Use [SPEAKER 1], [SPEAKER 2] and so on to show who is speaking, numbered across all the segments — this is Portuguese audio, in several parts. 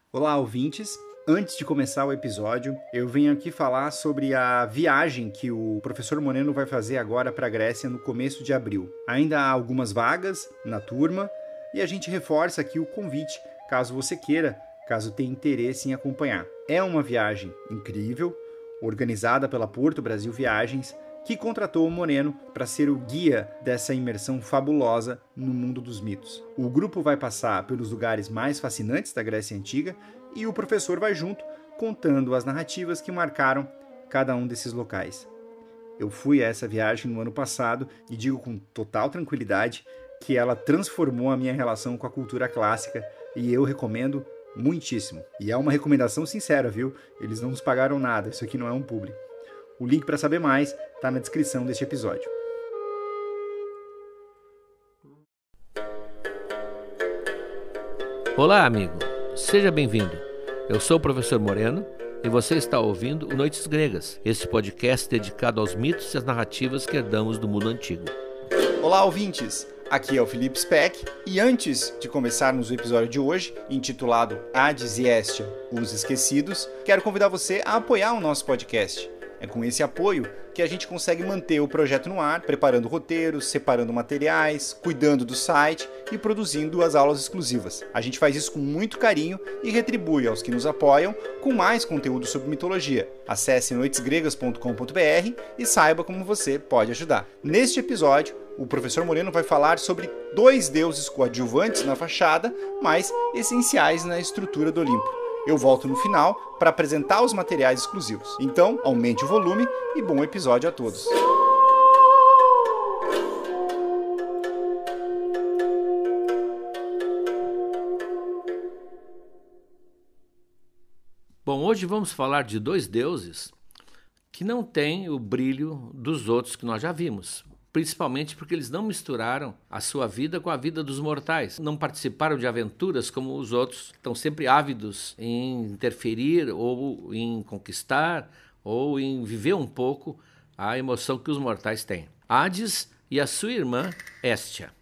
[SPEAKER 1] Olá, ouvintes! Antes de começar o episódio, eu venho aqui falar sobre a viagem que o professor Moreno vai fazer agora para a Grécia no começo de abril. Ainda há algumas vagas na turma e a gente reforça aqui o convite, caso você queira, caso tenha interesse em acompanhar. É uma viagem incrível, organizada pela Porto Brasil Viagens, que contratou o Moreno para ser o guia dessa imersão fabulosa no mundo dos mitos. O grupo vai passar pelos lugares mais fascinantes da Grécia Antiga e o professor vai junto, contando as narrativas que marcaram cada um desses locais. Eu fui a essa viagem no ano passado e digo com total tranquilidade que ela transformou a minha relação com a cultura clássica e eu recomendo muitíssimo. E é uma recomendação sincera, viu? Eles não nos pagaram nada, isso aqui não é um publi. O link para saber mais está na descrição deste episódio.
[SPEAKER 2] Olá, amigo. Seja bem-vindo. Eu sou o professor Moreno e você está ouvindo o Noites Gregas, este podcast dedicado aos mitos e às narrativas que herdamos do mundo antigo.
[SPEAKER 1] Olá, ouvintes! Aqui é o Felipe Speck e antes de começarmos o episódio de hoje, intitulado Hades e Hestia, os Esquecidos, quero convidar você a apoiar o nosso podcast. É com esse apoio que a gente consegue manter o projeto no ar, preparando roteiros, separando materiais, cuidando do site e produzindo as aulas exclusivas. A gente faz isso com muito carinho e retribui aos que nos apoiam com mais conteúdo sobre mitologia. Acesse noitesgregas.com.br e saiba como você pode ajudar. Neste episódio, o professor Moreno vai falar sobre 2 deuses coadjuvantes na fachada, mas essenciais na estrutura do Olimpo. Eu volto no final para apresentar os materiais exclusivos. Então, aumente o volume e bom episódio a todos.
[SPEAKER 2] Bom, hoje vamos falar de 2 deuses que não têm o brilho dos outros que nós já vimos. Principalmente porque eles não misturaram a sua vida com a vida dos mortais. Não participaram de aventuras como os outros, que estão sempre ávidos em interferir ou em conquistar ou em viver um pouco a emoção que os mortais têm. Hades e a sua irmã Hestia.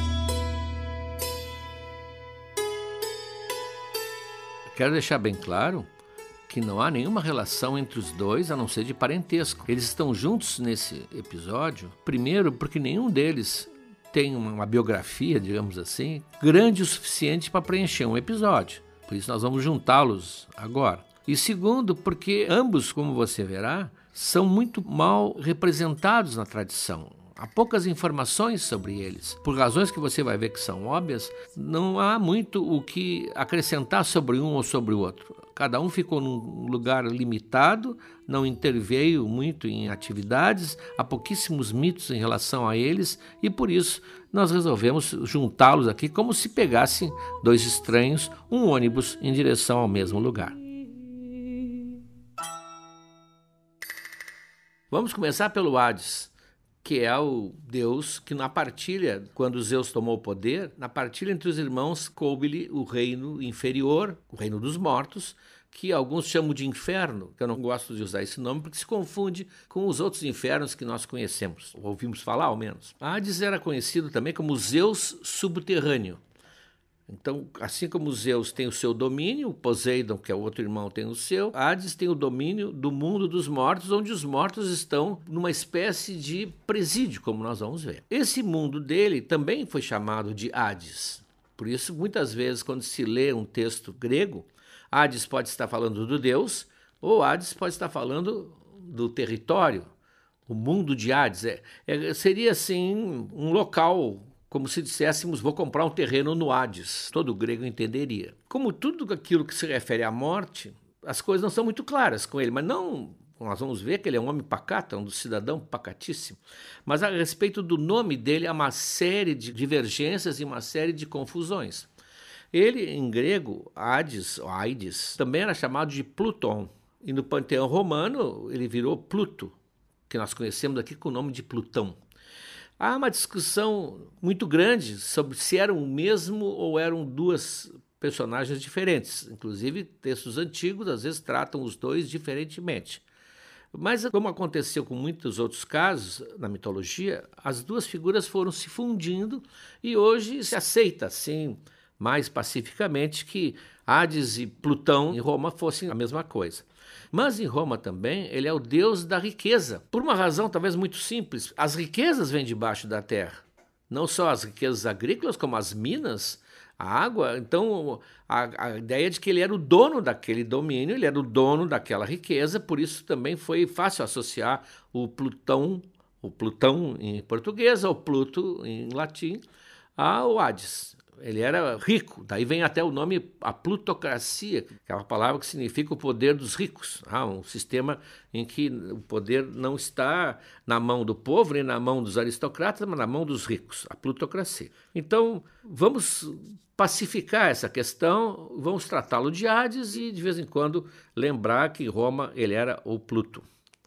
[SPEAKER 2] Quero deixar bem claro que não há nenhuma relação entre os dois, a não ser de parentesco. Eles estão juntos nesse episódio, primeiro porque nenhum deles tem uma biografia, digamos assim, grande o suficiente para preencher um episódio. Por isso nós vamos juntá-los agora. E segundo, porque ambos, como você verá, são muito mal representados na tradição. Há poucas informações sobre eles. Por razões que você vai ver que são óbvias, não há muito o que acrescentar sobre um ou sobre o outro. Cada um ficou num lugar limitado, não interveio muito em atividades, há pouquíssimos mitos em relação a eles e por isso nós resolvemos juntá-los aqui como se pegassem 2 estranhos, um ônibus em direção ao mesmo lugar. Vamos começar pelo Hades, que é o deus que na partilha, quando Zeus tomou o poder, na partilha entre os irmãos coube-lhe o reino inferior, o reino dos mortos, que alguns chamam de inferno, que eu não gosto de usar esse nome porque se confunde com os outros infernos que nós conhecemos, ou ouvimos falar ao menos. Hades era conhecido também como Zeus subterrâneo. Então, assim como Zeus tem o seu domínio, o Poseidon, que é o outro irmão, tem o seu, Hades tem o domínio do mundo dos mortos, onde os mortos estão numa espécie de presídio, como nós vamos ver. Esse mundo dele também foi chamado de Hades. Por isso, muitas vezes, quando se lê um texto grego, Hades pode estar falando do deus, ou Hades pode estar falando do território, o mundo de Hades. Seria, assim, um local, como se disséssemos, vou comprar um terreno no Hades. Todo grego entenderia. Como tudo aquilo que se refere à morte, as coisas não são muito claras com ele, mas não... Nós vamos ver que ele é um homem pacato, um cidadão pacatíssimo. Mas a respeito do nome dele, há uma série de divergências e uma série de confusões. Ele, em grego, Hades, ou Aides, também era chamado de Pluton. E no panteão romano, ele virou Pluto, que nós conhecemos aqui com o nome de Plutão. Há uma discussão muito grande sobre se eram o mesmo ou eram 2 personagens diferentes. Inclusive, textos antigos às vezes tratam os 2 diferentemente. Mas, como aconteceu com muitos outros casos na mitologia, as 2 figuras foram se fundindo e hoje se aceita, assim, mais pacificamente que Hades e Plutão em Roma fossem a mesma coisa. Mas em Roma também ele é o deus da riqueza, por uma razão talvez muito simples. As riquezas vêm debaixo da terra, não só as riquezas agrícolas, como as minas, a água. Então a ideia de que ele era o dono daquele domínio, ele era o dono daquela riqueza, por isso também foi fácil associar o Plutão em português, ou Pluto em latim, ao Hades. Ele era rico, daí vem até o nome a plutocracia, que é uma palavra que significa o poder dos ricos, um sistema em que o poder não está na mão do povo, nem na mão dos aristocratas, mas na mão dos ricos, a plutocracia. Então, vamos pacificar essa questão, vamos tratá-lo de Hades e, de vez em quando, lembrar que em Roma ele era o Pluto.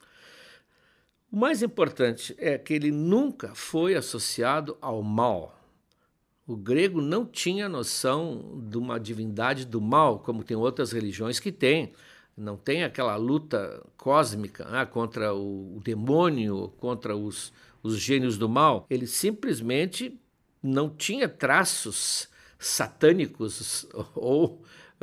[SPEAKER 2] O mais importante é que ele nunca foi associado ao mal. O grego não tinha noção de uma divindade do mal, como tem outras religiões que têm. Não tem aquela luta cósmica contra o demônio, contra os gênios do mal. Ele simplesmente não tinha traços satânicos ou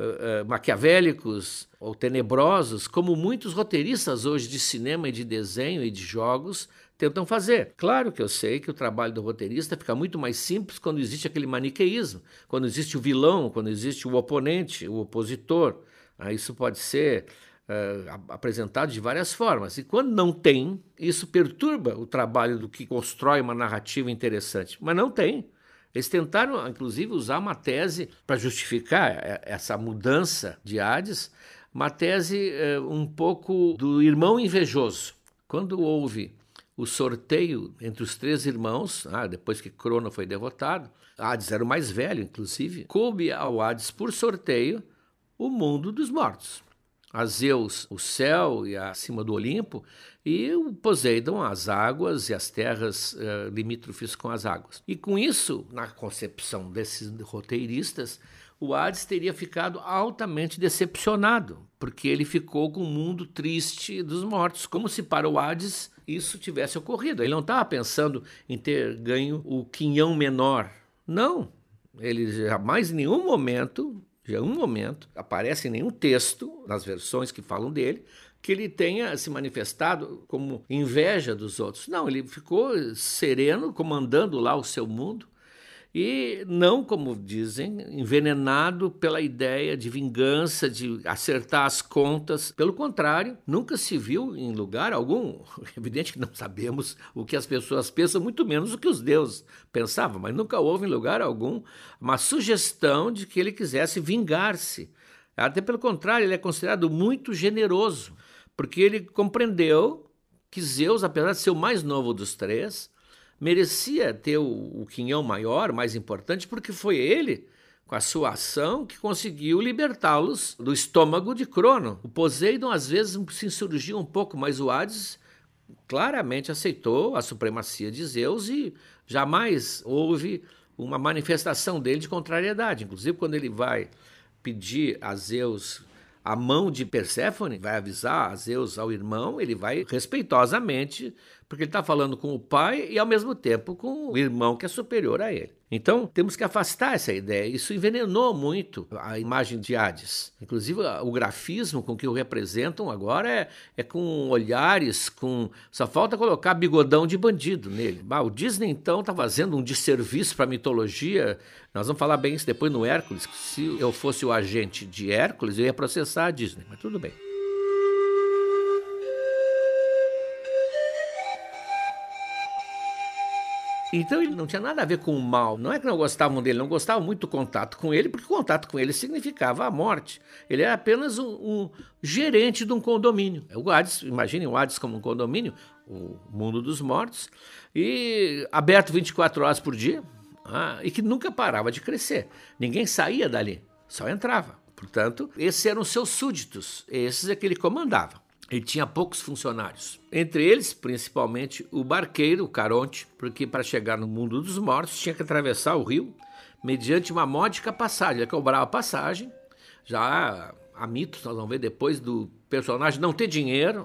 [SPEAKER 2] maquiavélicos ou tenebrosos, como muitos roteiristas hoje de cinema e de desenho e de jogos tentam fazer. Claro que eu sei que o trabalho do roteirista fica muito mais simples quando existe aquele maniqueísmo, quando existe o vilão, quando existe o oponente, o opositor. Isso pode ser apresentado de várias formas. E quando não tem, isso perturba o trabalho do que constrói uma narrativa interessante. Mas não tem. Eles tentaram, inclusive, usar uma tese para justificar essa mudança de Hades, uma tese um pouco do irmão invejoso. Quando houve o sorteio entre os três irmãos, depois que Crono foi derrotado, Hades era o mais velho, inclusive, coube ao Hades por sorteio o mundo dos mortos. A Zeus, o céu e acima do Olimpo, e o Poseidon, as águas e as terras limítrofes com as águas. E com isso, na concepção desses roteiristas, o Hades teria ficado altamente decepcionado, porque ele ficou com o mundo triste dos mortos, como se para o Hades isso tivesse ocorrido. Ele não estava pensando em ter ganho o quinhão menor. Não, ele jamais em nenhum momento aparece em nenhum texto, nas versões que falam dele, que ele tenha se manifestado como inveja dos outros. Não, ele ficou sereno, comandando lá o seu mundo, e não, como dizem, envenenado pela ideia de vingança, de acertar as contas. Pelo contrário, nunca se viu em lugar algum, evidente que não sabemos o que as pessoas pensam, muito menos o que os deuses pensavam, mas nunca houve em lugar algum uma sugestão de que ele quisesse vingar-se. Até pelo contrário, ele é considerado muito generoso, porque ele compreendeu que Zeus, apesar de ser o mais novo dos três, merecia ter o quinhão maior, mais importante, porque foi ele, com a sua ação, que conseguiu libertá-los do estômago de Crono. O Poseidon às vezes se insurgiu um pouco, mas o Hades claramente aceitou a supremacia de Zeus e jamais houve uma manifestação dele de contrariedade. Inclusive, quando ele vai pedir a Zeus a mão de Perséfone, vai avisar a Zeus ao irmão, ele vai respeitosamente, porque ele está falando com o pai e ao mesmo tempo com o irmão que é superior a ele. Então temos que afastar essa ideia. Isso envenenou muito a imagem de Hades. Inclusive o grafismo com que o representam agora é com olhares, só falta colocar bigodão de bandido nele. O Disney então está fazendo um desserviço para a mitologia. Nós vamos falar bem isso depois no Hércules. Se eu fosse o agente de Hércules, eu ia processar a Disney, mas tudo bem. Então ele não tinha nada a ver com o mal. Não é que não gostavam dele, não gostavam muito do contato com ele, porque contato com ele significava a morte. Ele era apenas um gerente de um condomínio. O Hades, imaginem o Hades como um condomínio, o mundo dos mortos, e aberto 24 horas por dia, e que nunca parava de crescer. Ninguém saía dali, só entrava. Portanto, esses eram seus súditos, esses é que ele comandava. Ele tinha poucos funcionários, entre eles, principalmente, o barqueiro, o Caronte, porque para chegar no mundo dos mortos tinha que atravessar o rio mediante uma módica passagem. Ele cobrava passagem, já há mitos, nós vamos ver depois, do personagem não ter dinheiro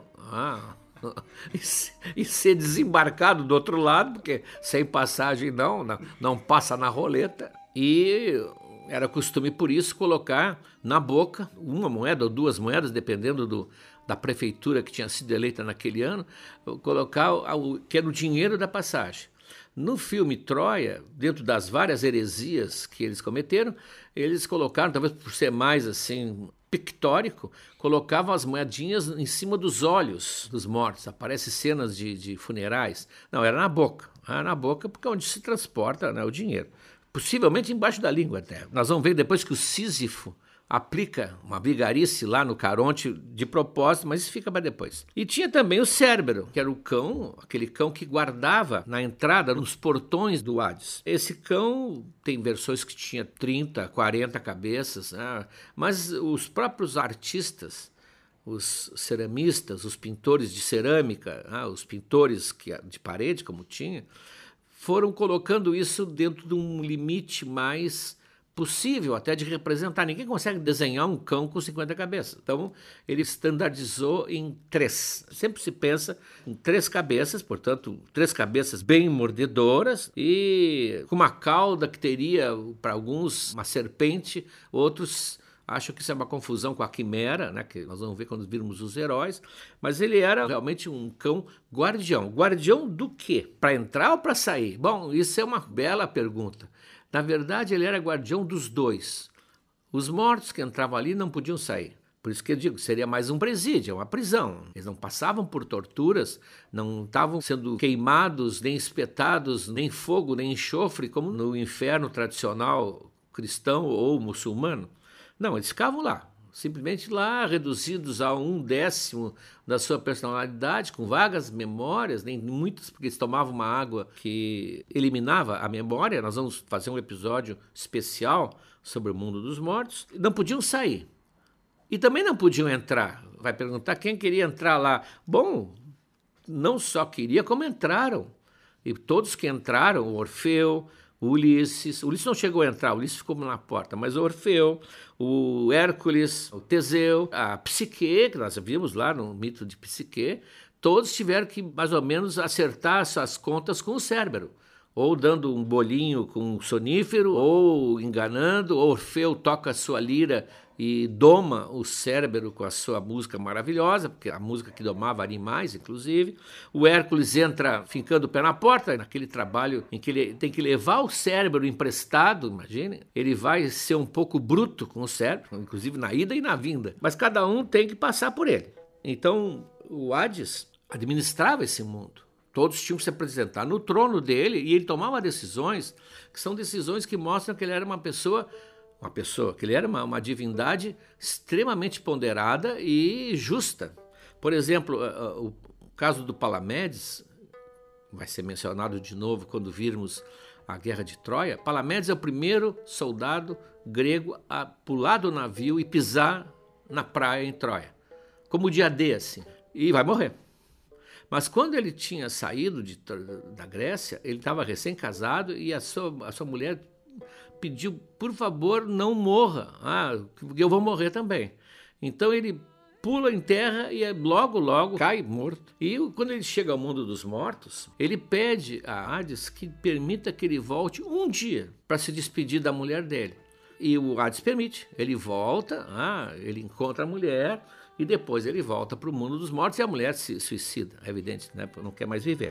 [SPEAKER 2] e ser desembarcado do outro lado, porque sem passagem não passa na roleta. E era costume, por isso, colocar na boca uma moeda ou duas moedas, dependendo da prefeitura que tinha sido eleita naquele ano, colocar que era o dinheiro da passagem. No filme Troia, dentro das várias heresias que eles cometeram, eles colocaram, talvez por ser mais assim pictórico, colocavam as moedinhas em cima dos olhos dos mortos. Aparecem cenas de funerais. Não, era na boca. Era na boca porque é onde se transporta, né, o dinheiro. Possivelmente embaixo da língua até. Nós vamos ver depois que o Sísifo aplica uma vigarice lá no Caronte de propósito, mas isso fica para depois. E tinha também o Cérbero, que era o cão, aquele cão que guardava na entrada, nos portões do Hades. Esse cão tem versões que tinha 30, 40 cabeças, né? Mas os próprios artistas, os ceramistas, os pintores de cerâmica, os pintores de parede, como tinha, foram colocando isso dentro de um limite mais possível até de representar. Ninguém consegue desenhar um cão com 50 cabeças. Então, ele standardizou em 3. Sempre se pensa em 3 cabeças, portanto, 3 cabeças bem mordedoras e com uma cauda que teria, para alguns, uma serpente, outros acham que isso é uma confusão com a quimera, né, que nós vamos ver quando virmos os heróis, mas ele era realmente um cão guardião. Guardião do quê? Para entrar ou para sair? Bom, isso é uma bela pergunta. Na verdade, ele era guardião dos dois. Os mortos que entravam ali não podiam sair. Por isso que eu digo, seria mais um presídio, uma prisão. Eles não passavam por torturas, não estavam sendo queimados, nem espetados, nem fogo, nem enxofre, como no inferno tradicional cristão ou muçulmano. Não, eles ficavam lá, simplesmente lá, reduzidos a 1/10 da sua personalidade, com vagas memórias, nem muitas, porque eles tomavam uma água que eliminava a memória. Nós vamos fazer um episódio especial sobre o mundo dos mortos. Não podiam sair. E também não podiam entrar. Vai perguntar quem queria entrar lá. Bom, não só queria, como entraram. E todos que entraram, o Orfeu, o Ulisses não chegou a entrar, o Ulisses ficou na porta, mas o Orfeu, o Hércules, o Teseu, a Psique, que nós vimos lá no mito de Psique, todos tiveram que mais ou menos acertar suas contas com o Cérbero, ou dando um bolinho com um sonífero, ou enganando. O Orfeu toca a sua lira e doma o Cérbero com a sua música maravilhosa, porque a música que domava animais, inclusive. O Hércules entra fincando o pé na porta, naquele trabalho em que ele tem que levar o Cérbero emprestado, imagine. Ele vai ser um pouco bruto com o Cérbero, inclusive na ida e na vinda, mas cada um tem que passar por ele. Então, o Hades administrava esse mundo. Todos tinham que se apresentar no trono dele e ele tomava decisões que são decisões que mostram que ele era que ele era uma divindade extremamente ponderada e justa. Por exemplo, o caso do Palamedes vai ser mencionado de novo quando virmos a Guerra de Troia. Palamedes é o primeiro soldado grego a pular do navio e pisar na praia em Troia, como dia D, assim, e vai morrer. Mas quando ele tinha saído da Grécia, ele estava recém-casado e a sua mulher pediu, por favor, não morra, porque eu vou morrer também. Então ele pula em terra e logo cai morto. E quando ele chega ao mundo dos mortos, ele pede a Hades que permita que ele volte um dia para se despedir da mulher dele. E o Hades permite, ele volta, ele encontra a mulher e depois ele volta para o mundo dos mortos e a mulher se suicida, é evidente, né? Não quer mais viver.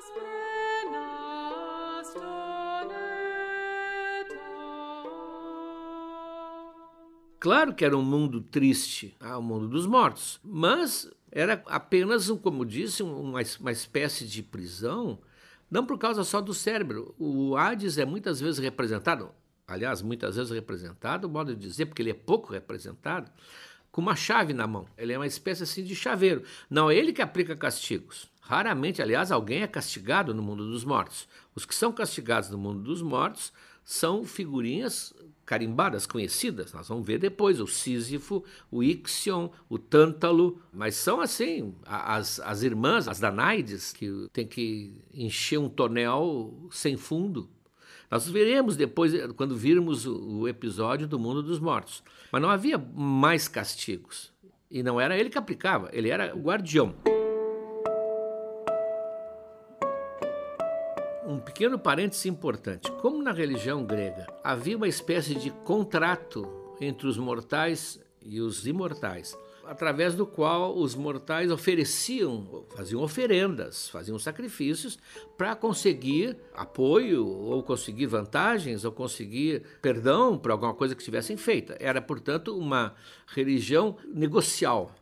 [SPEAKER 2] Claro que era um mundo triste, o mundo dos mortos, mas era apenas, como disse, uma espécie de prisão, não por causa só do Cérbero. O Hades é muitas vezes representado, modo de dizer, porque ele é pouco representado, com uma chave na mão. Ele é uma espécie assim de chaveiro. Não é ele que aplica castigos. Raramente, aliás, alguém é castigado no mundo dos mortos. Os que são castigados no mundo dos mortos são figurinhas carimbadas, conhecidas. Nós vamos ver depois o Sísifo, o Ixion, o Tântalo, mas são assim, as irmãs, as Danaides, que tem que encher um tonel sem fundo. Nós veremos depois, quando virmos o episódio do mundo dos mortos. Mas não havia mais castigos. E não era ele que aplicava, ele era o guardião. um pequeno parêntese importante. Como na religião grega havia uma espécie de contrato entre os mortais e os imortais, através do qual os mortais faziam oferendas, faziam sacrifícios para conseguir apoio, ou conseguir vantagens, ou conseguir perdão por alguma coisa que tivessem feita. Era, portanto, uma religião negocial,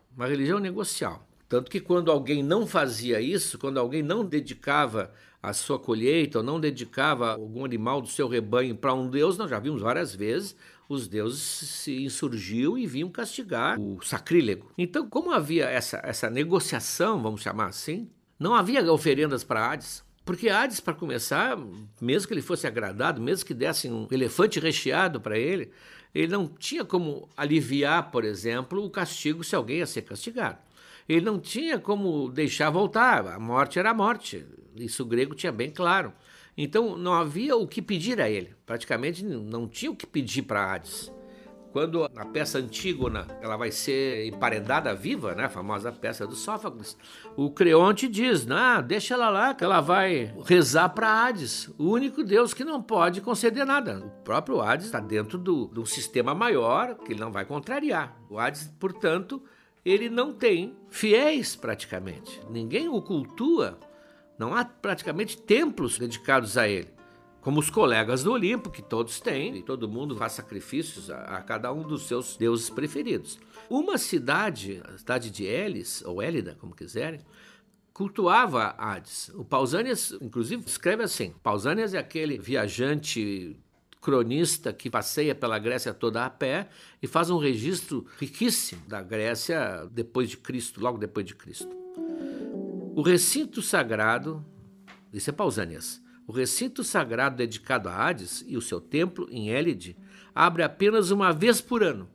[SPEAKER 2] Tanto que quando alguém não fazia isso, quando alguém não dedicava a sua colheita, ou não dedicava algum animal do seu rebanho para um deus, nós já vimos várias vezes, os deuses se insurgiam e vinham castigar o sacrílego. Então, como havia essa negociação, vamos chamar assim, não havia oferendas para Hades. Porque Hades, para começar, mesmo que ele fosse agradado, mesmo que dessem um elefante recheado para ele não tinha como aliviar, por exemplo, o castigo se alguém ia ser castigado. Ele não tinha como deixar voltar, a morte era a morte, isso o grego tinha bem claro. Então não havia o que pedir a ele, praticamente não tinha o que pedir para Hades. Quando a peça Antígona ela vai ser emparedada viva, né, a famosa peça do Sófocles, o Creonte diz, deixa ela lá, que ela vai rezar para Hades, o único Deus que não pode conceder nada. O próprio Hades está dentro do sistema maior, que ele não vai contrariar. O Hades, portanto, ele não tem fiéis praticamente, ninguém o cultua, não há praticamente templos dedicados a ele. Como os colegas do Olimpo, que todos têm, e todo mundo faz sacrifícios a cada um dos seus deuses preferidos. Uma cidade, a cidade de Elis, ou Élida, como quiserem, cultuava Hades. O Pausanias, inclusive, escreve assim, Pausanias é aquele viajante cronista que passeia pela Grécia toda a pé e faz um registro riquíssimo da Grécia depois de Cristo, logo depois de Cristo. O recinto sagrado, isso é Pausanias, o recinto sagrado dedicado a Hades e o seu templo em Élide abre apenas uma vez por ano.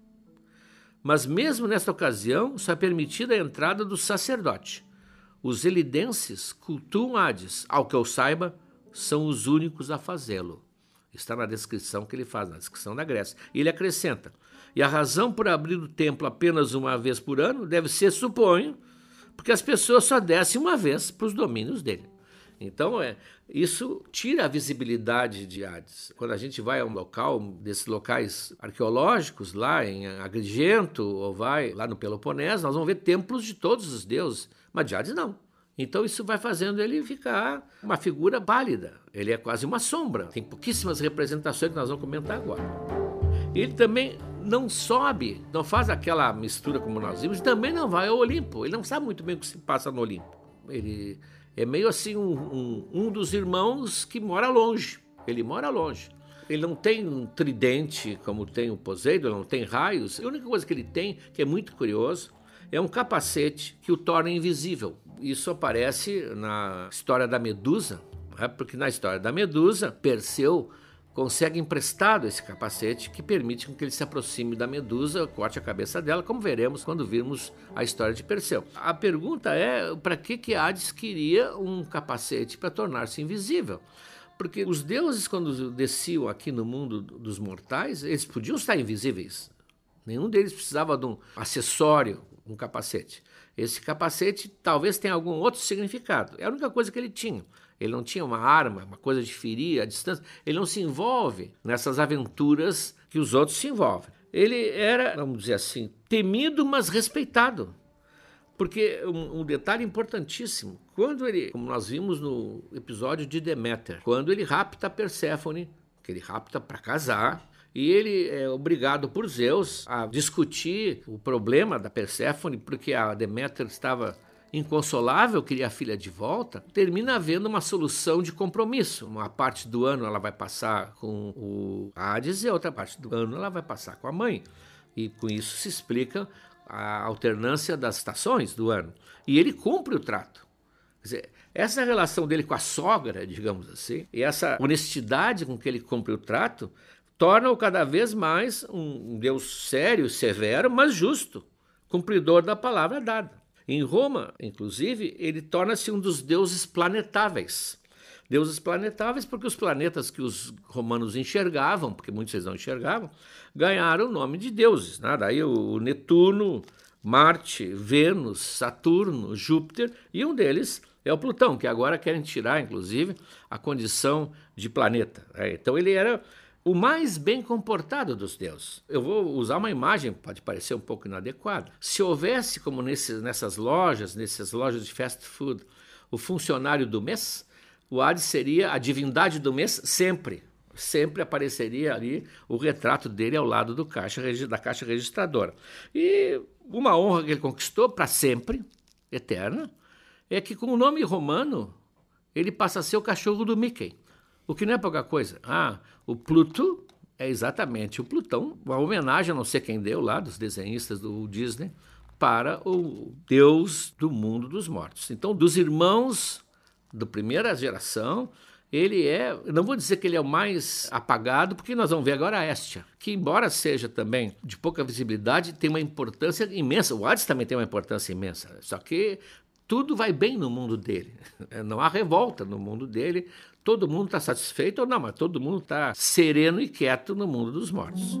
[SPEAKER 2] Mas mesmo nesta ocasião só é permitida a entrada do sacerdote. Os elidenses cultuam Hades, ao que eu saiba, são os únicos a fazê-lo. Está na descrição que ele faz, na descrição da Grécia. E ele acrescenta, e a razão por abrir o templo apenas uma vez por ano deve ser, suponho, porque as pessoas só descem uma vez para os domínios dele. Então, isso tira a visibilidade de Hades. Quando a gente vai a um local, desses locais arqueológicos, lá em Agrigento, ou vai lá no Peloponeso, nós vamos ver templos de todos os deuses, mas de Hades não. Então, isso vai fazendo ele ficar uma figura pálida. Ele é quase uma sombra. Tem pouquíssimas representações que nós vamos comentar agora. Ele também não sobe, não faz aquela mistura como nós vimos, e também não vai ao Olimpo. Ele não sabe muito bem o que se passa no Olimpo. Ele é meio assim um dos irmãos que mora longe. Ele mora longe. Ele não tem um tridente como tem o Poseidon, não tem raios. A única coisa que ele tem, que é muito curioso, é um capacete que o torna invisível. Isso aparece na história da Medusa, porque na história da Medusa, Perseu consegue emprestado esse capacete que permite que ele se aproxime da Medusa, corte a cabeça dela, como veremos quando virmos a história de Perseu. A pergunta é, para que Hades queria um capacete para tornar-se invisível? Porque os deuses, quando desciam aqui no mundo dos mortais, eles podiam estar invisíveis. Nenhum deles precisava de um acessório, um capacete. Esse capacete talvez tenha algum outro significado. É a única coisa que ele tinha. Ele não tinha uma arma, uma coisa de ferir à distância. Ele não se envolve nessas aventuras que os outros se envolvem. Ele era, vamos dizer assim, temido, mas respeitado. Porque um detalhe importantíssimo, quando ele, como nós vimos no episódio de Deméter, quando ele rapta Perséfone, que ele rapta para casar, e ele é obrigado por Zeus a discutir o problema da Perséfone, porque a Deméter estava inconsolável, queria a filha de volta, termina havendo uma solução de compromisso. Uma parte do ano ela vai passar com o Hades e a outra parte do ano ela vai passar com a mãe. E com isso se explica a alternância das estações do ano. E ele cumpre o trato. Quer dizer, essa relação dele com a sogra, digamos assim, e essa honestidade com que ele cumpre o trato, torna-o cada vez mais um Deus sério, severo, mas justo, cumpridor da palavra dada. Em Roma, inclusive, ele torna-se um dos deuses planetáveis. Deuses planetáveis porque os planetas que os romanos enxergavam, porque muitos eles não enxergavam, ganharam o nome de deuses. Né? Daí o Netuno, Marte, Vênus, Saturno, Júpiter, e um deles é o Plutão, que agora querem tirar, inclusive, a condição de planeta. Então ele era o mais bem comportado dos deuses. Eu vou usar uma imagem, pode parecer um pouco inadequada. Se houvesse, como nessas lojas de fast food, o funcionário do mês, o Hades seria a divindade do mês sempre. Sempre apareceria ali o retrato dele ao lado da caixa registradora. E uma honra que ele conquistou para sempre, eterna, é que com o nome romano ele passa a ser o cachorro do Mickey, o que não é pouca coisa. O Pluto é exatamente o Plutão, uma homenagem, a não sei quem deu lá, dos desenhistas do Disney, para o deus do mundo dos mortos. Então, dos irmãos da primeira geração, ele não vou dizer que ele é o mais apagado, porque nós vamos ver agora a Hestia, que embora seja também de pouca visibilidade, tem uma importância imensa. O Hades também tem uma importância imensa, só que tudo vai bem no mundo dele. Não há revolta no mundo dele, todo mundo está satisfeito ou não, mas todo mundo está sereno e quieto no mundo dos mortos.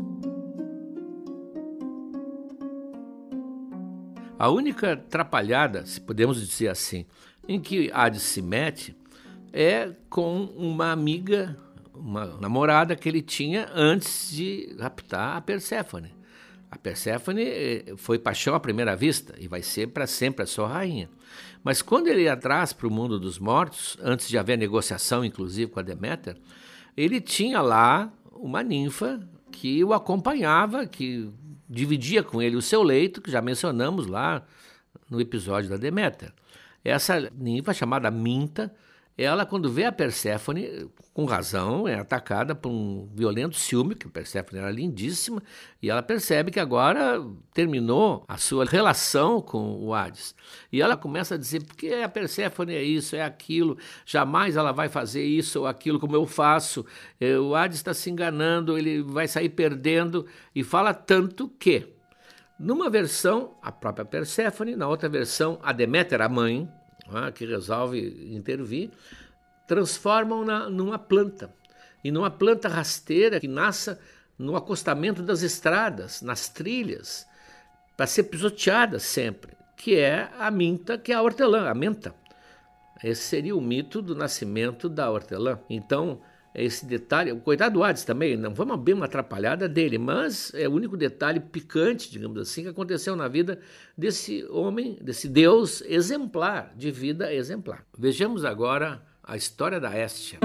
[SPEAKER 2] A única atrapalhada, se podemos dizer assim, em que Hades se mete é com uma amiga, uma namorada que ele tinha antes de raptar a Perséfone. A Perséfone foi paixão à primeira vista e vai ser para sempre a sua rainha. Mas quando ele ia atrás para o mundo dos mortos, antes de haver negociação inclusive com a Deméter, ele tinha lá uma ninfa que o acompanhava, que dividia com ele o seu leito, que já mencionamos lá no episódio da Deméter. Essa ninfa, chamada Minta, ela, quando vê a Perséfone, com razão, é atacada por um violento ciúme, que a Perséfone era lindíssima, e ela percebe que agora terminou a sua relação com o Hades. E ela começa a dizer, porque a Perséfone é isso, é aquilo, jamais ela vai fazer isso ou aquilo como eu faço, o Hades está se enganando, ele vai sair perdendo, e fala tanto que, numa versão, a própria Perséfone, na outra versão, a Deméter, a mãe, que resolve intervir, transformam-na numa planta. E numa planta rasteira que nasça no acostamento das estradas, nas trilhas, para ser pisoteada sempre, que é a minta, que é a hortelã, a menta. Esse seria o mito do nascimento da hortelã. Então, esse detalhe, o coitado do Hades também, não foi bem uma atrapalhada dele, mas é o único detalhe picante, digamos assim, que aconteceu na vida desse homem, desse Deus exemplar, de vida exemplar. Vejamos agora a história da Hestia.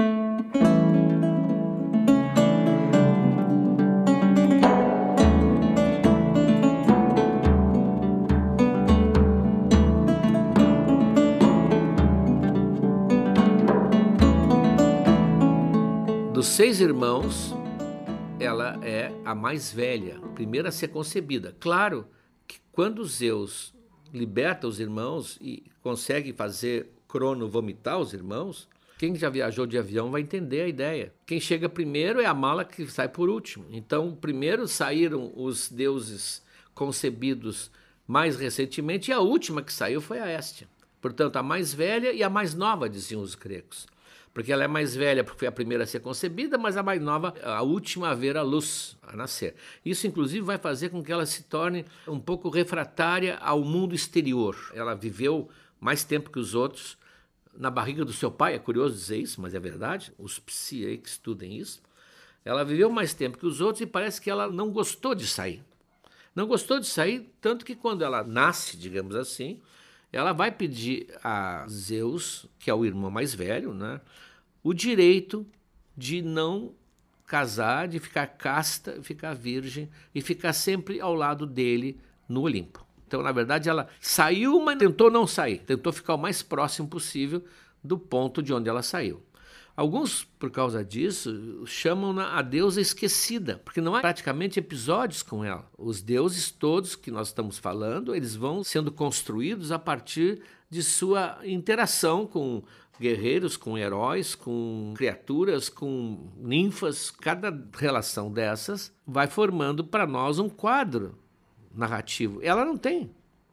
[SPEAKER 2] Dos 6 irmãos, ela é a mais velha, a primeira a ser concebida. Claro que quando Zeus liberta os irmãos e consegue fazer Crono vomitar os irmãos, quem já viajou de avião vai entender a ideia. Quem chega primeiro é a mala que sai por último. Então, primeiro saíram os deuses concebidos mais recentemente e a última que saiu foi a Hestia. Portanto, a mais velha e a mais nova, diziam os gregos. Porque ela é mais velha porque foi a primeira a ser concebida, mas a mais nova, a última a ver a luz, a nascer. Isso, inclusive, vai fazer com que ela se torne um pouco refratária ao mundo exterior. Ela viveu mais tempo que os outros na barriga do seu pai, é curioso dizer isso, mas é verdade, os psi aí que estudem isso. Ela viveu mais tempo que os outros e parece que ela não gostou de sair. Não gostou de sair, tanto que quando ela nasce, digamos assim, ela vai pedir a Zeus, que é o irmão mais velho, né, o direito de não casar, de ficar casta, ficar virgem e ficar sempre ao lado dele no Olimpo. Então, na verdade, ela saiu, mas tentou não sair, tentou ficar o mais próximo possível do ponto de onde ela saiu. Alguns, por causa disso, chamam-na a deusa esquecida, porque não há praticamente episódios com ela. Os deuses todos que nós estamos falando, eles vão sendo construídos a partir de sua interação com guerreiros, com heróis, com criaturas, com ninfas. Cada relação dessas vai formando para nós um quadro narrativo. Ela não tem.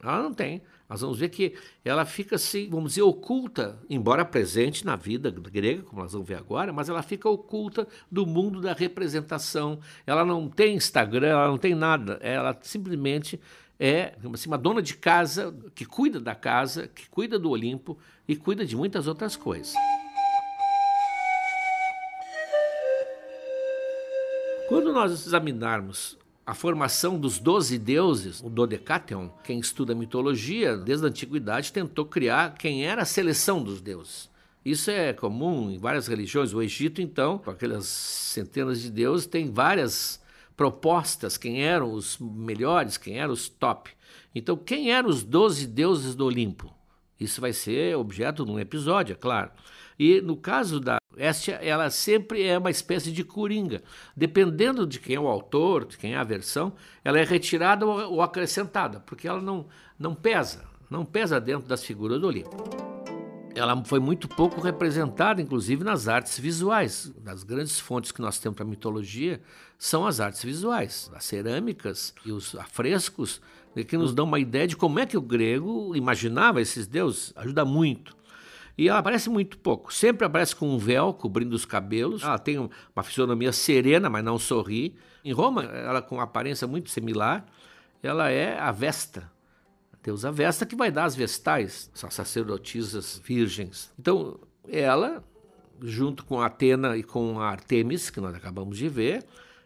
[SPEAKER 2] Nós vamos ver que ela fica assim, vamos dizer, oculta, embora presente na vida grega, como nós vamos ver agora, mas ela fica oculta do mundo da representação. Ela não tem Instagram, ela não tem nada. Ela simplesmente é assim, uma dona de casa que cuida da casa, que cuida do Olimpo e cuida de muitas outras coisas. Quando nós examinarmos a formação dos 12 deuses, o Dodecatheon, quem estuda mitologia, desde a antiguidade, tentou criar quem era a seleção dos deuses. Isso é comum em várias religiões. O Egito, então, com aquelas centenas de deuses, tem várias propostas, quem eram os melhores, quem eram os top. Então, quem eram os 12 deuses do Olimpo? Isso vai ser objeto de um episódio, é claro. E no caso da Hestia, ela sempre é uma espécie de coringa. Dependendo de quem é o autor, de quem é a versão, ela é retirada ou acrescentada, porque ela não pesa dentro das figuras do Olimpo. Ela foi muito pouco representada, inclusive, nas artes visuais. Das grandes fontes que nós temos para a mitologia são as artes visuais, as cerâmicas e os afrescos, que nos dão uma ideia de como é que o grego imaginava esses deuses. Ajuda muito. E ela aparece muito pouco. Sempre aparece com um véu cobrindo os cabelos. Ela tem uma fisionomia serena, mas não sorri. Em Roma, ela com uma aparência muito similar, ela é a Vesta. Deusa Vesta, que vai dar as vestais, as sacerdotisas virgens. Então, ela, junto com a Atena e com a Artemis, que nós acabamos de ver,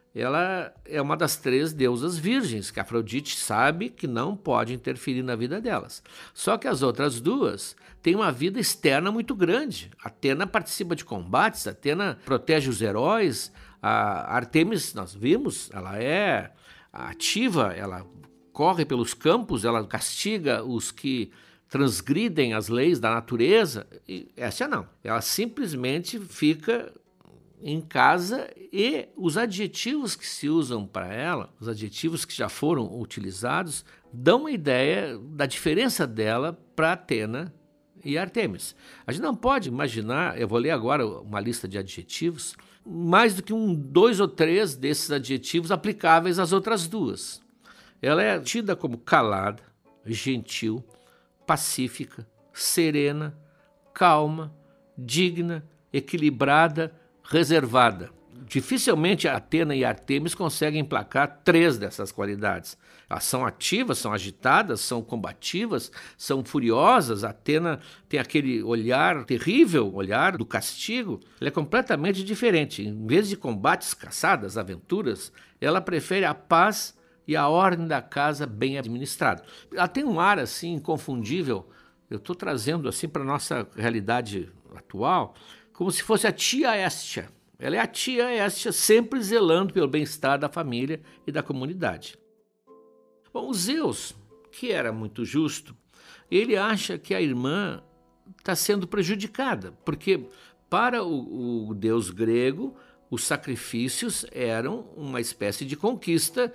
[SPEAKER 2] ela é uma das 3 deusas virgens, que Afrodite sabe que não pode interferir na vida delas. Só que as outras 2 têm uma vida externa muito grande. A Atena participa de combates, a Atena protege os heróis, a Artemis, nós vimos, ela é ativa, ela corre pelos campos, ela castiga os que transgridem as leis da natureza. E essa não. Ela simplesmente fica em casa e os adjetivos que se usam para ela, os adjetivos que já foram utilizados, dão uma ideia da diferença dela para Atena e Artemis. A gente não pode imaginar, eu vou ler agora uma lista de adjetivos, mais do que 2 ou 3 desses adjetivos aplicáveis às outras 2. Ela é tida como calada, gentil, pacífica, serena, calma, digna, equilibrada, reservada. Dificilmente Atena e Artemis conseguem emplacar 3 dessas qualidades. Elas são ativas, são agitadas, são combativas, são furiosas. A Atena tem aquele olhar terrível, olhar do castigo. Ela é completamente diferente. Em vez de combates, caçadas, aventuras, ela prefere a paz e a ordem da casa bem administrada. Ela tem um ar assim inconfundível, eu estou trazendo assim para a nossa realidade atual, como se fosse a tia Hestia. Ela é a tia Hestia, sempre zelando pelo bem-estar da família e da comunidade. Bom, o Zeus, que era muito justo, ele acha que a irmã está sendo prejudicada, porque para o deus grego, os sacrifícios eram uma espécie de conquista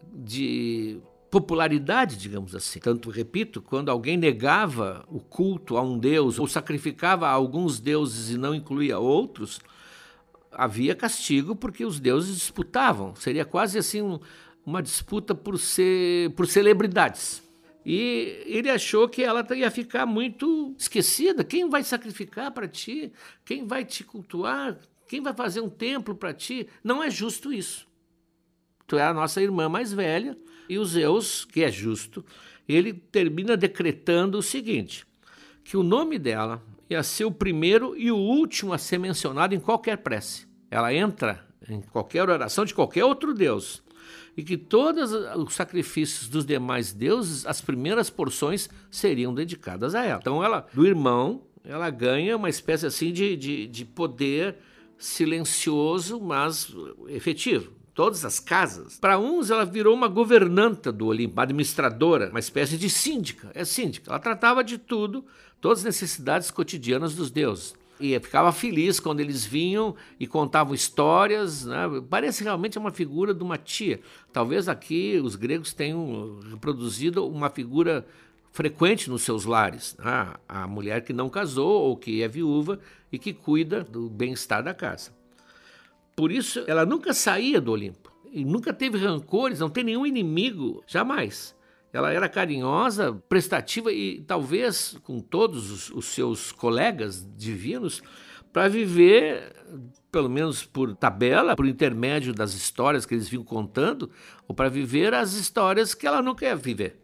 [SPEAKER 2] de popularidade, digamos assim. Tanto, repito, quando alguém negava o culto a um deus ou sacrificava a alguns deuses e não incluía outros, havia castigo porque os deuses disputavam. Seria quase assim uma disputa por celebridades. E ele achou que ela ia ficar muito esquecida. Quem vai sacrificar para ti? Quem vai te cultuar? Quem vai fazer um templo para ti? Não é justo isso. Tu é a nossa irmã mais velha, e o Zeus, que é justo, ele termina decretando o seguinte, que o nome dela ia ser o primeiro e o último a ser mencionado em qualquer prece. Ela entra em qualquer oração de qualquer outro deus, e que todos os sacrifícios dos demais deuses, as primeiras porções seriam dedicadas a ela. Então, ela, do irmão, ela ganha uma espécie assim de poder silencioso, mas efetivo. Todas as casas. Para uns, ela virou uma governanta do Olimpo, uma administradora, uma espécie de síndica. É síndica. Ela tratava de tudo, todas as necessidades cotidianas dos deuses. E ficava feliz quando eles vinham e contavam histórias, né? Parece realmente uma figura de uma tia. Talvez aqui os gregos tenham reproduzido uma figura frequente nos seus lares. A mulher que não casou ou que é viúva e que cuida do bem-estar da casa. Por isso, ela nunca saía do Olimpo, e nunca teve rancores, não tem nenhum inimigo, jamais. Ela era carinhosa, prestativa e talvez com todos os seus colegas divinos para viver, pelo menos por tabela, por intermédio das histórias que eles vinham contando, ou para viver as histórias que ela não quer viver.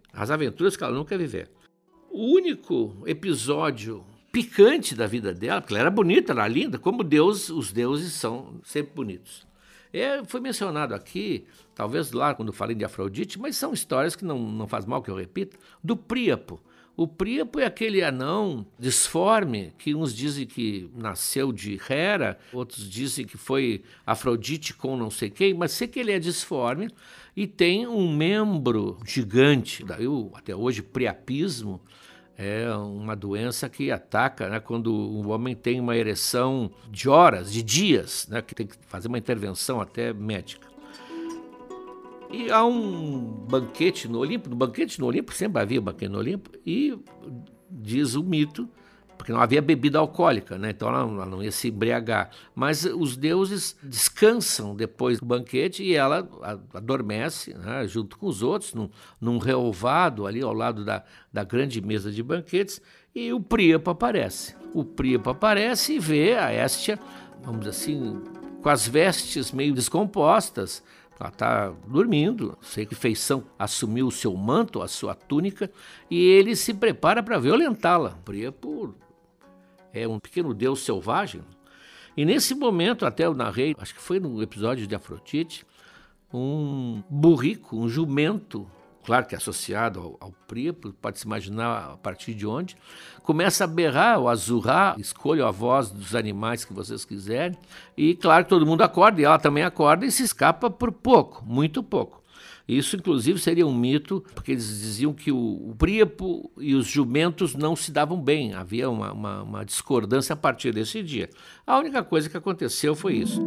[SPEAKER 2] as aventuras que ela não quer viver. O único episódio picante da vida dela, porque ela era bonita, era linda, como os deuses são sempre bonitos. Foi mencionado aqui, talvez lá quando eu falei de Afrodite, mas são histórias que não faz mal que eu repita, do Príapo. O Príapo é aquele anão disforme que uns dizem que nasceu de Hera, outros dizem que foi Afrodite com não sei quem, mas sei que ele é disforme e tem um membro gigante. Até hoje, priapismo é uma doença que ataca, né, quando o homem tem uma ereção de horas, de dias, né, que tem que fazer uma intervenção até médica. E há um banquete no Olimpo sempre havia banquete no Olimpo, e diz o mito, porque não havia bebida alcoólica, né? Então ela não ia se embriagar. Mas os deuses descansam depois do banquete e ela adormece, né, junto com os outros, num relvado ali ao lado da grande mesa de banquetes, e o Príapo aparece. O Príapo aparece e vê a Héstia, vamos dizer assim, com as vestes meio descompostas. Ela está dormindo, sei que feição assumiu o seu manto, a sua túnica, e ele se prepara para violentá-la. O Príapo é um pequeno deus selvagem. E nesse momento, até eu narrei, acho que foi no episódio de Afrodite, um burrico, um jumento, claro que associado ao Príapo, pode-se imaginar a partir de onde, começa a berrar ou a zurrar, escolha a voz dos animais que vocês quiserem, e claro que todo mundo acorda, e ela também acorda e se escapa por pouco, muito pouco. Isso, inclusive, seria um mito, porque eles diziam que o Príapo e os jumentos não se davam bem, havia uma discordância a partir desse dia. A única coisa que aconteceu foi isso.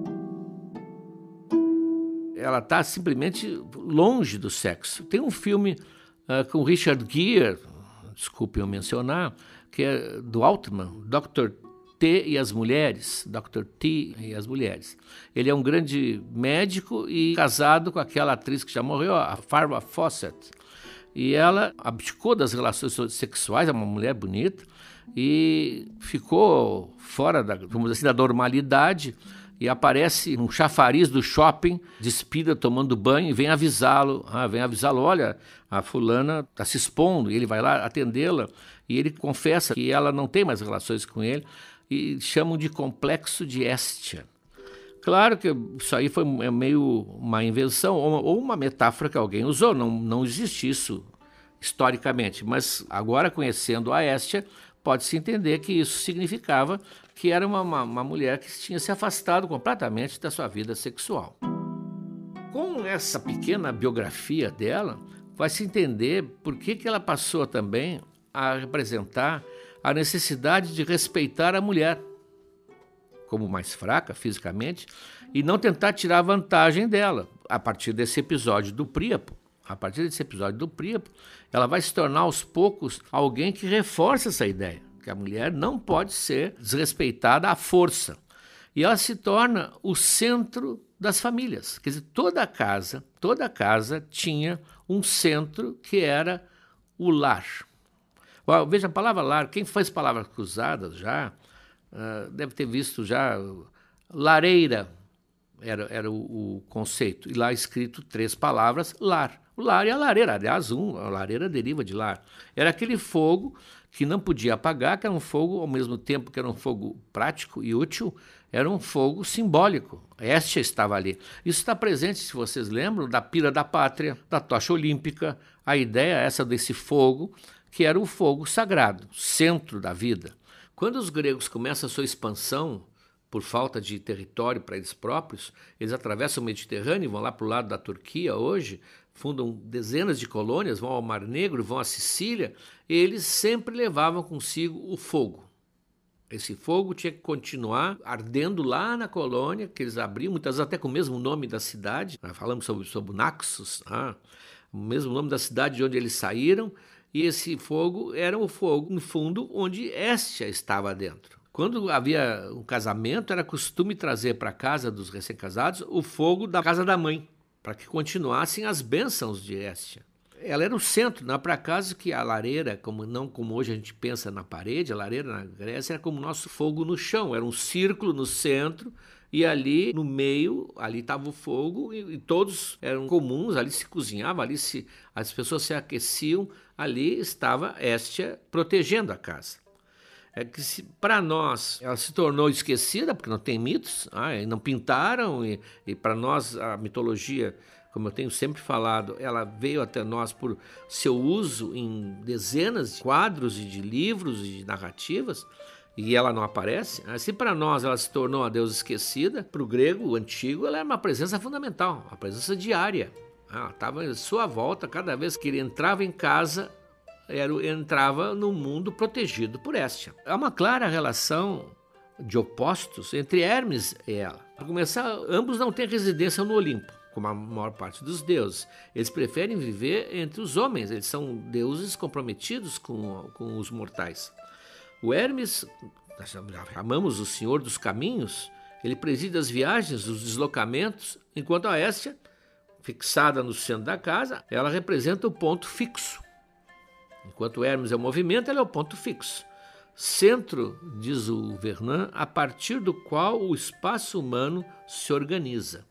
[SPEAKER 2] Ela está simplesmente longe do sexo. Tem um filme com Richard Gere, desculpem eu mencionar, que é do Altman, Dr. T e as Mulheres, Dr. T e as Mulheres. Ele é um grande médico e casado com aquela atriz que já morreu, a Farrah Fawcett. E ela abdicou das relações sexuais, é uma mulher bonita, e ficou fora vamos dizer assim, da normalidade, e aparece num chafariz do shopping, despida, tomando banho, e vem avisá-lo. Olha, a fulana está se expondo, e ele vai lá atendê-la, e ele confessa que ela não tem mais relações com ele, e chamam de complexo de Héstia. Claro que isso aí foi meio uma invenção, ou uma metáfora que alguém usou, não existe isso historicamente, mas agora, conhecendo a Héstia, pode-se entender que isso significava que era uma mulher que tinha se afastado completamente da sua vida sexual. Com essa pequena biografia dela, vai se entender por que ela passou também a representar a necessidade de respeitar a mulher como mais fraca fisicamente e não tentar tirar vantagem dela. A partir desse episódio do Príapo, ela vai se tornar aos poucos alguém que reforça essa ideia, que a mulher não pode ser desrespeitada à força. E ela se torna o centro das famílias. Quer dizer, toda casa tinha um centro que era o lar. Veja a palavra lar, quem faz palavras cruzadas já, deve ter visto já, lareira era o conceito, e lá escrito 3 palavras, lar. O lar e a lareira, aliás, a lareira deriva de lar. Era aquele fogo que não podia apagar, que era um fogo, ao mesmo tempo que era um fogo prático e útil, era um fogo simbólico. Héstia estava ali. Isso está presente, se vocês lembram, da pira da pátria, da tocha olímpica, a ideia essa desse fogo, que era o fogo sagrado, centro da vida. Quando os gregos começam a sua expansão, por falta de território para eles próprios, eles atravessam o Mediterrâneo, vão lá para o lado da Turquia hoje, fundam dezenas de colônias, vão ao Mar Negro, vão à Sicília, e eles sempre levavam consigo o fogo. Esse fogo tinha que continuar ardendo lá na colônia, que eles abriam, muitas vezes até com o mesmo nome da cidade. Nós falamos sobre o Naxos, o mesmo nome da cidade de onde eles saíram, e esse fogo era o fogo, no fundo, onde Héstia estava dentro. Quando havia um casamento, era costume trazer para a casa dos recém-casados o fogo da casa da mãe, para que continuassem as bênçãos de Héstia. Ela era o centro, não é para acaso que a lareira, não como hoje a gente pensa na parede, a lareira na Grécia era como o nosso fogo no chão, era um círculo no centro e ali no meio, ali estava o fogo e todos eram comuns, ali se cozinhava, as pessoas se aqueciam, ali estava Héstia protegendo a casa. É que para nós ela se tornou esquecida, porque não tem mitos, não pintaram, e para nós a mitologia, como eu tenho sempre falado, ela veio até nós por seu uso em dezenas de quadros e de livros e de narrativas, e ela não aparece. Se para nós ela se tornou uma deusa esquecida, para o grego antigo ela era uma presença fundamental, uma presença diária. Ela estava em sua volta, cada vez que ele entrava em casa, entrava no mundo protegido por Héstia. Há uma clara relação de opostos entre Hermes e ela. Para começar, ambos não têm residência no Olimpo, como a maior parte dos deuses. Eles preferem viver entre os homens, eles são deuses comprometidos com os mortais. O Hermes, nós chamamos o Senhor dos Caminhos, ele preside as viagens, os deslocamentos, enquanto a Héstia, fixada no centro da casa, ela representa o ponto fixo. Enquanto Hermes é o movimento, ela é o ponto fixo. Centro, diz o Vernant, a partir do qual o espaço humano se organiza.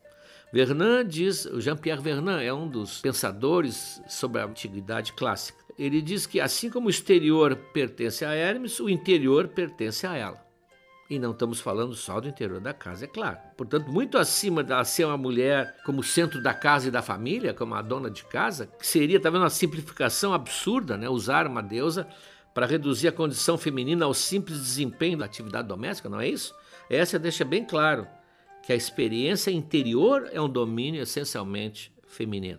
[SPEAKER 2] Jean-Pierre Vernant é um dos pensadores sobre a antiguidade clássica. Ele diz que assim como o exterior pertence a Hermes, o interior pertence a ela. E não estamos falando só do interior da casa, é claro. Portanto, muito acima de ser uma mulher como centro da casa e da família, como a dona de casa, que seria talvez uma simplificação absurda, né? Usar uma deusa para reduzir a condição feminina ao simples desempenho da atividade doméstica, não é isso? Essa deixa bem claro que a experiência interior é um domínio essencialmente feminino.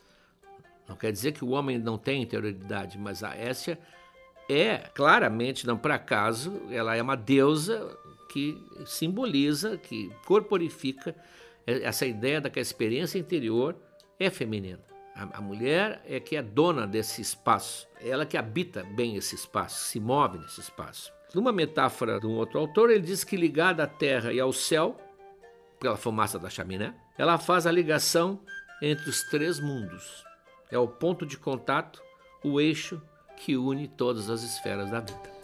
[SPEAKER 2] Não quer dizer que o homem não tem interioridade, mas a Héstia é claramente, não por acaso, ela é uma deusa que simboliza, que corporifica essa ideia de que a experiência interior é feminina. A mulher é que é dona desse espaço, ela que habita bem esse espaço, se move nesse espaço. Numa metáfora de um outro autor, ele diz que ligada à terra e ao céu, pela fumaça da chaminé, ela faz a ligação entre os três mundos. É o ponto de contato, o eixo que une todas as esferas da vida.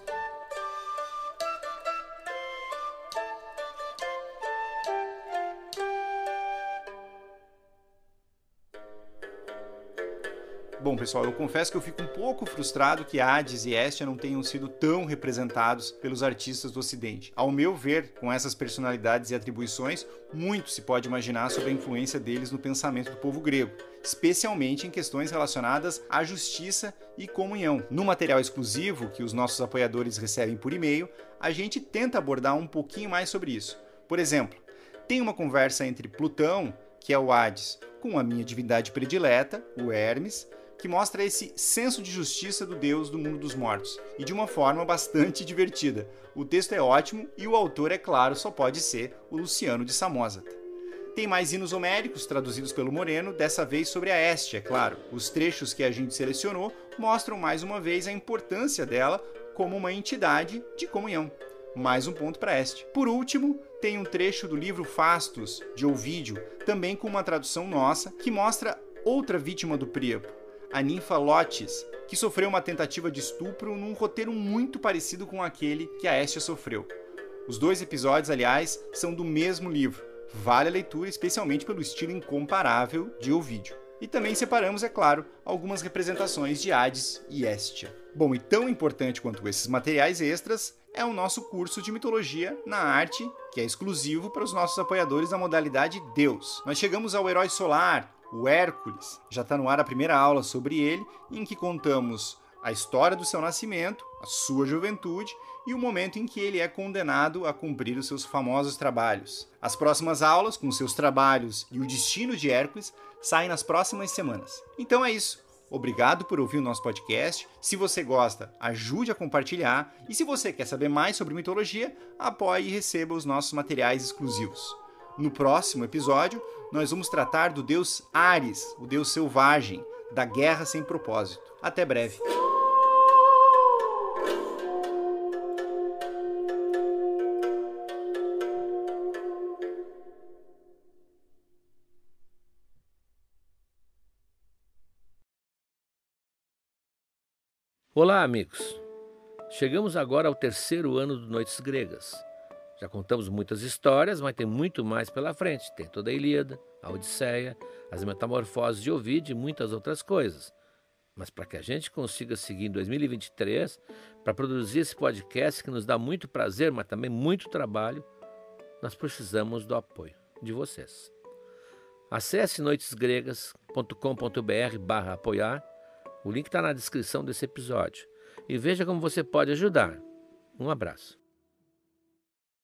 [SPEAKER 1] Bom, pessoal, eu confesso que eu fico um pouco frustrado que Hades e Héstia não tenham sido tão representados pelos artistas do Ocidente. Ao meu ver, com essas personalidades e atribuições, muito se pode imaginar sobre a influência deles no pensamento do povo grego, especialmente em questões relacionadas à justiça e comunhão. No material exclusivo que os nossos apoiadores recebem por e-mail, a gente tenta abordar um pouquinho mais sobre isso. Por exemplo, tem uma conversa entre Plutão, que é o Hades, com a minha divindade predileta, o Hermes, que mostra esse senso de justiça do deus do mundo dos mortos, e de uma forma bastante divertida. O texto é ótimo e o autor, é claro, só pode ser o Luciano de Samosata. Tem mais hinos homéricos traduzidos pelo Moreno, dessa vez sobre a Héstia, é claro. Os trechos que a gente selecionou mostram mais uma vez a importância dela como uma entidade de comunhão. Mais um ponto para Héstia. Por último, tem um trecho do livro Fastos, de Ovídio, também com uma tradução nossa, que mostra outra vítima do Príapo, a ninfa Lotis, que sofreu uma tentativa de estupro num roteiro muito parecido com aquele que a Héstia sofreu. Os dois episódios, aliás, são do mesmo livro. Vale a leitura, especialmente pelo estilo incomparável de Ovídio. E também separamos, é claro, algumas representações de Hades e Héstia. Bom, e tão importante quanto esses materiais extras é o nosso curso de mitologia na arte, que é exclusivo para os nossos apoiadores da modalidade Deus. Nós chegamos ao herói solar, o Hércules. Já está no ar a primeira aula sobre ele, em que contamos a história do seu nascimento, a sua juventude e o momento em que ele é condenado a cumprir os seus famosos trabalhos. As próximas aulas, com seus trabalhos e o destino de Hércules, saem nas próximas semanas. Então é isso. Obrigado por ouvir o nosso podcast. Se você gosta, ajude a compartilhar. E se você quer saber mais sobre mitologia, apoie e receba os nossos materiais exclusivos. No próximo episódio, nós vamos tratar do deus Ares, o deus selvagem, da guerra sem propósito. Até breve.
[SPEAKER 2] Olá, amigos. Chegamos agora ao terceiro ano do Noites Gregas. Já contamos muitas histórias, mas tem muito mais pela frente. Tem toda a Ilíada, a Odisseia, as Metamorfoses de Ovídio e muitas outras coisas. Mas para que a gente consiga seguir em 2023, para produzir esse podcast que nos dá muito prazer, mas também muito trabalho, nós precisamos do apoio de vocês. Acesse noitesgregas.com.br/apoiar. O link está na descrição desse episódio. E veja como você pode ajudar. Um abraço.